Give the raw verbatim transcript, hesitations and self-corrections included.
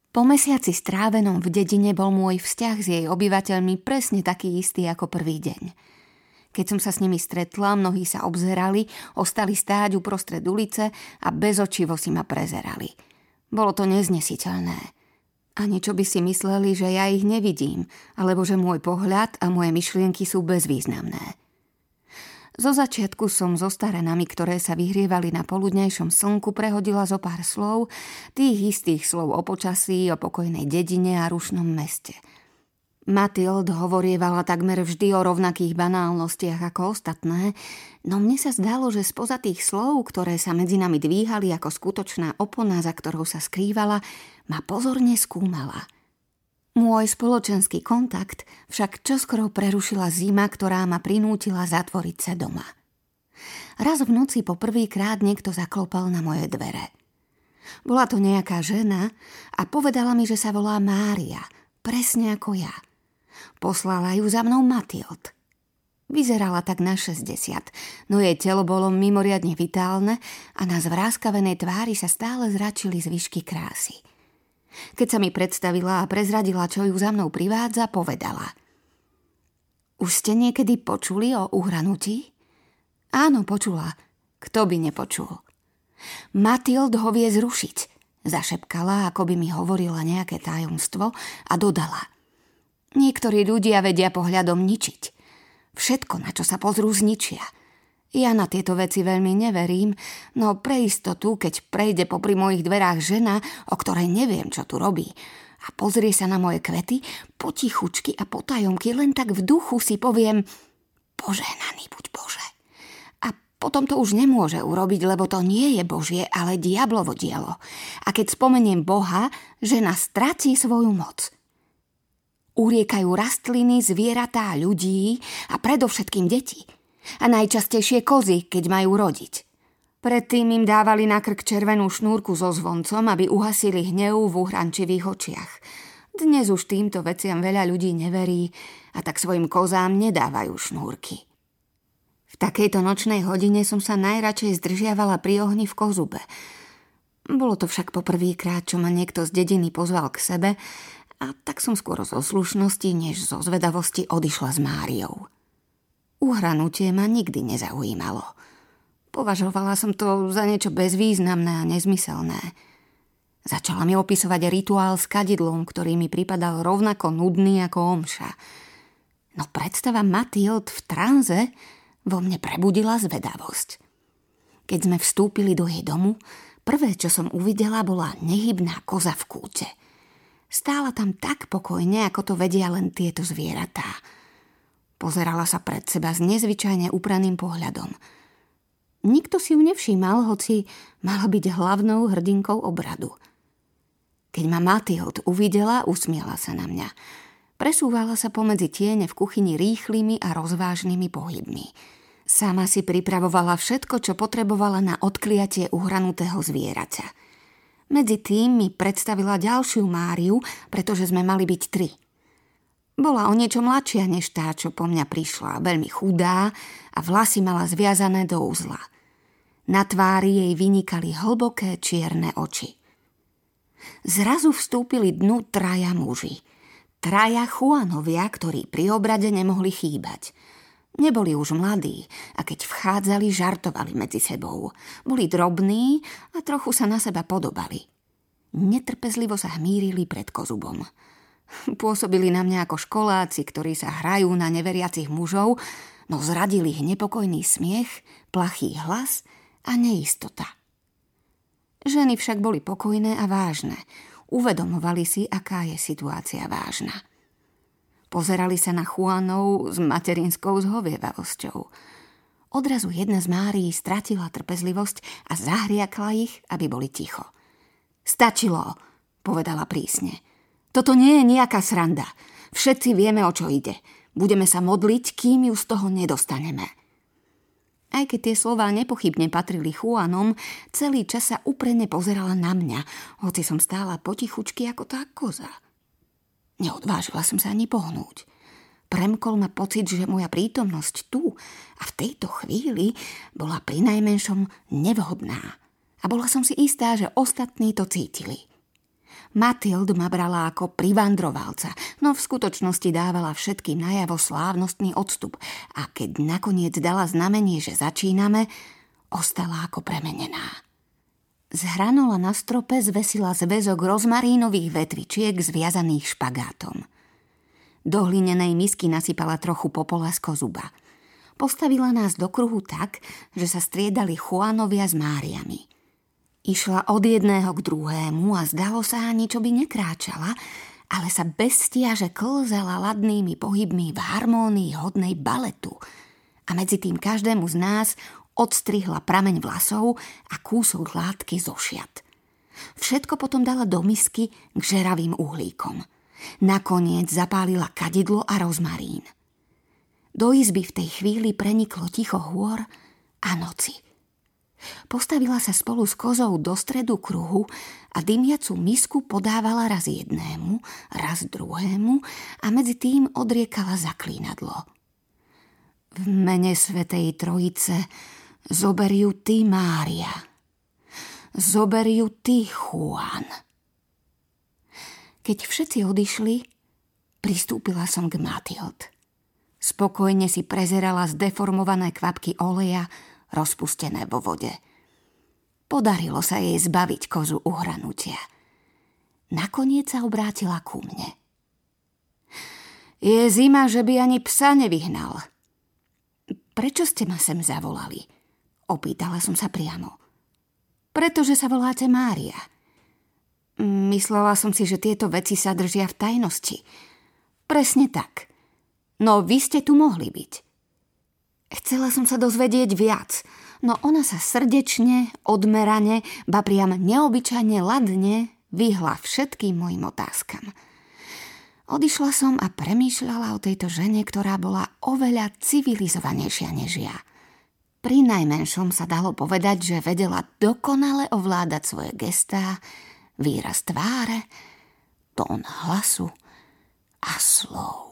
Po mesiaci strávenom v dedine bol môj vzťah s jej obyvateľmi presne taký istý ako prvý deň. Keď som sa s nimi stretla, mnohí sa obzerali, ostali stáť uprostred ulice a bezočivo si ma prezerali. Bolo to neznesiteľné. Ani čo by si mysleli, že ja ich nevidím, alebo že môj pohľad a moje myšlienky sú bezvýznamné. Zo začiatku som so starenami, ktoré sa vyhrievali na poludnejšom slnku, prehodila zo pár slov, tých istých slov o počasí, o pokojnej dedine a rušnom meste. Mathilde hovorievala takmer vždy o rovnakých banálnostiach ako ostatné, no mne sa zdalo, že spoza tých slov, ktoré sa medzi nami dvíhali ako skutočná opona, za ktorou sa skrývala, ma pozorne skúmala. Môj spoločenský kontakt však čoskoro prerušila zima, ktorá ma prinútila zatvoriť sa doma. Raz v noci po prvýkrát niekto zaklopal na moje dvere. Bola to nejaká žena a povedala mi, že sa volá Mária, presne ako ja. Poslala ju za mnou Mathilde. Vyzerala tak na šesťdesiat, no jej telo bolo mimoriadne vitálne a na zvráskavenej tvári sa stále zračili zvyšky krásy. Keď sa mi predstavila a prezradila, čo ju za mnou privádza, povedala: Už ste niekedy počuli o uhranutí? Áno, počula. Kto by nepočul? Mathilde ho vie zrušiť, zašepkala, ako by mi hovorila nejaké tajomstvo a dodala: Niektorí ľudia vedia pohľadom ničiť. Všetko, na čo sa pozrú, zničia. Ja na tieto veci veľmi neverím, no pre istotu, keď prejde popri mojich dverách žena, o ktorej neviem, čo tu robí, a pozrie sa na moje kvety, potichučky a potajomky, len tak v duchu si poviem: Požehnaný buď Bože. A potom to už nemôže urobiť, lebo to nie je Božie, ale diablovo dielo. A keď spomeniem Boha, žena stratí svoju moc. Uriekajú rastliny, zvieratá, ľudí a predovšetkým deti. A najčastejšie kozy, keď majú rodiť. Predtým im dávali na krk červenú šnúrku so zvoncom, aby uhasili hnev v uhrančivých očiach. Dnes už týmto veciam veľa ľudí neverí a tak svojim kozám nedávajú šnúrky. V takejto nočnej hodine som sa najradšej zdržiavala pri ohni v kozube. Bolo to však poprvýkrát, čo ma niekto z dediny pozval k sebe, a tak som skôr zo slušnosti, než zo zvedavosti odišla s Máriou. Uhranutie ma nikdy nezaujímalo. Považovala som to za niečo bezvýznamné a nezmyselné. Začala mi opisovať rituál s kadidlom, ktorý mi pripadal rovnako nudný ako omša. No predstava Mathilde v tranze vo mne prebudila zvedavosť. Keď sme vstúpili do jej domu, prvé, čo som uvidela, bola nehybná koza v kúte. Stála tam tak pokojne, ako to vedia len tieto zvieratá. Pozerala sa pred seba s nezvyčajne upraným pohľadom. Nikto si ju nevšímal, hoci mala byť hlavnou hrdinkou obradu. Keď ma Mathilde uvidela, usmiala sa na mňa. Presúvala sa pomedzi tiene v kuchyni rýchlymi a rozvážnymi pohybmi. Sama si pripravovala všetko, čo potrebovala na odkliatie uhranutého zvieraťa. Medzi tým mi predstavila ďalšiu Máriu, pretože sme mali byť tri. Bola o niečo mladšia než tá, čo po mňa prišla, veľmi chudá a vlasy mala zviazané do uzla. Na tvári jej vynikali hlboké čierne oči. Zrazu vstúpili dnu traja muži. Traja Juanovia, ktorí pri obrade nemohli chýbať. Neboli už mladí a keď vchádzali, žartovali medzi sebou. Boli drobní a trochu sa na seba podobali. Netrpezlivo sa hmírili pred kozubom. Pôsobili na mňa ako školáci, ktorí sa hrajú na neveriacich mužov, no zradili ich nepokojný smiech, plachý hlas a neistota. Ženy však boli pokojné a vážne. Uvedomovali si, aká je situácia vážna. Pozerali sa na Juanov s materinskou zhovievavosťou. Odrazu jedna z Márií stratila trpezlivosť a zahriakla ich, aby boli ticho. Stačilo, povedala prísne. Toto nie je nejaká sranda. Všetci vieme, o čo ide. Budeme sa modliť, kým ju z toho nedostaneme. Aj keď tie slová nepochybne patrili Juanom, celý čas sa úprene pozerala na mňa, hoci som stála potichučky ako tá koza. Neodvážila som sa ani pohnúť. Premkol ma pocit, že moja prítomnosť tu a v tejto chvíli bola prinajmenšom nevhodná. A bola som si istá, že ostatní to cítili. Mathilde ma brala ako privandrovalca, no v skutočnosti dávala všetkým najavo slávnostný odstup a keď nakoniec dala znamenie, že začíname, ostala ako premenená. Z hranola na strope zvesila zväzok rozmarínových vetvičiek zviazaných špagátom. Do hlinenej misky nasypala trochu popola z kozuba. Postavila nás do kruhu tak, že sa striedali Juanovia s Máriami. Išla od jedného k druhému a zdalo sa ani, čo by nekráčala, ale sa bez stiaže klzala ladnými pohybmi v harmónii hodnej baletu. A medzi tým každému z nás odstrihla prameň vlasov a kúsok látky zo šiat. Všetko potom dala do misky k žeravým uhlíkom. Nakoniec zapálila kadidlo a rozmarín. Do izby v tej chvíli preniklo ticho hôr a noci. Postavila sa spolu s kozou do stredu kruhu a dymiacu misku podávala raz jednému, raz druhému a medzi tým odriekala zaklínadlo. V mene Svätej Trojice zober ju ty, Mária. Zober ju ty, Juan. Keď všetci odišli, pristúpila som k Mathilde. Spokojne si prezerala zdeformované kvapky oleja, rozpustené vo vode. Podarilo sa jej zbaviť kozu uhranutia. Nakoniec sa obrátila ku mne. Je zima, že by ani psa nevyhnal. Prečo ste ma sem zavolali? Opýtala som sa priamo. Pretože sa voláte Mária. Myslela som si, že tieto veci sa držia v tajnosti. Presne tak. No vy ste tu mohli byť. Chcela som sa dozvedieť viac, no ona sa srdečne, odmerane, ba priam neobyčajne ladne vyhla všetkým mojim otázkam. Odišla som a premýšľala o tejto žene, ktorá bola oveľa civilizovanejšia než ja. Pri najmenšom sa dalo povedať, že vedela dokonale ovládať svoje gestá, výraz tváre, tón hlasu a slov.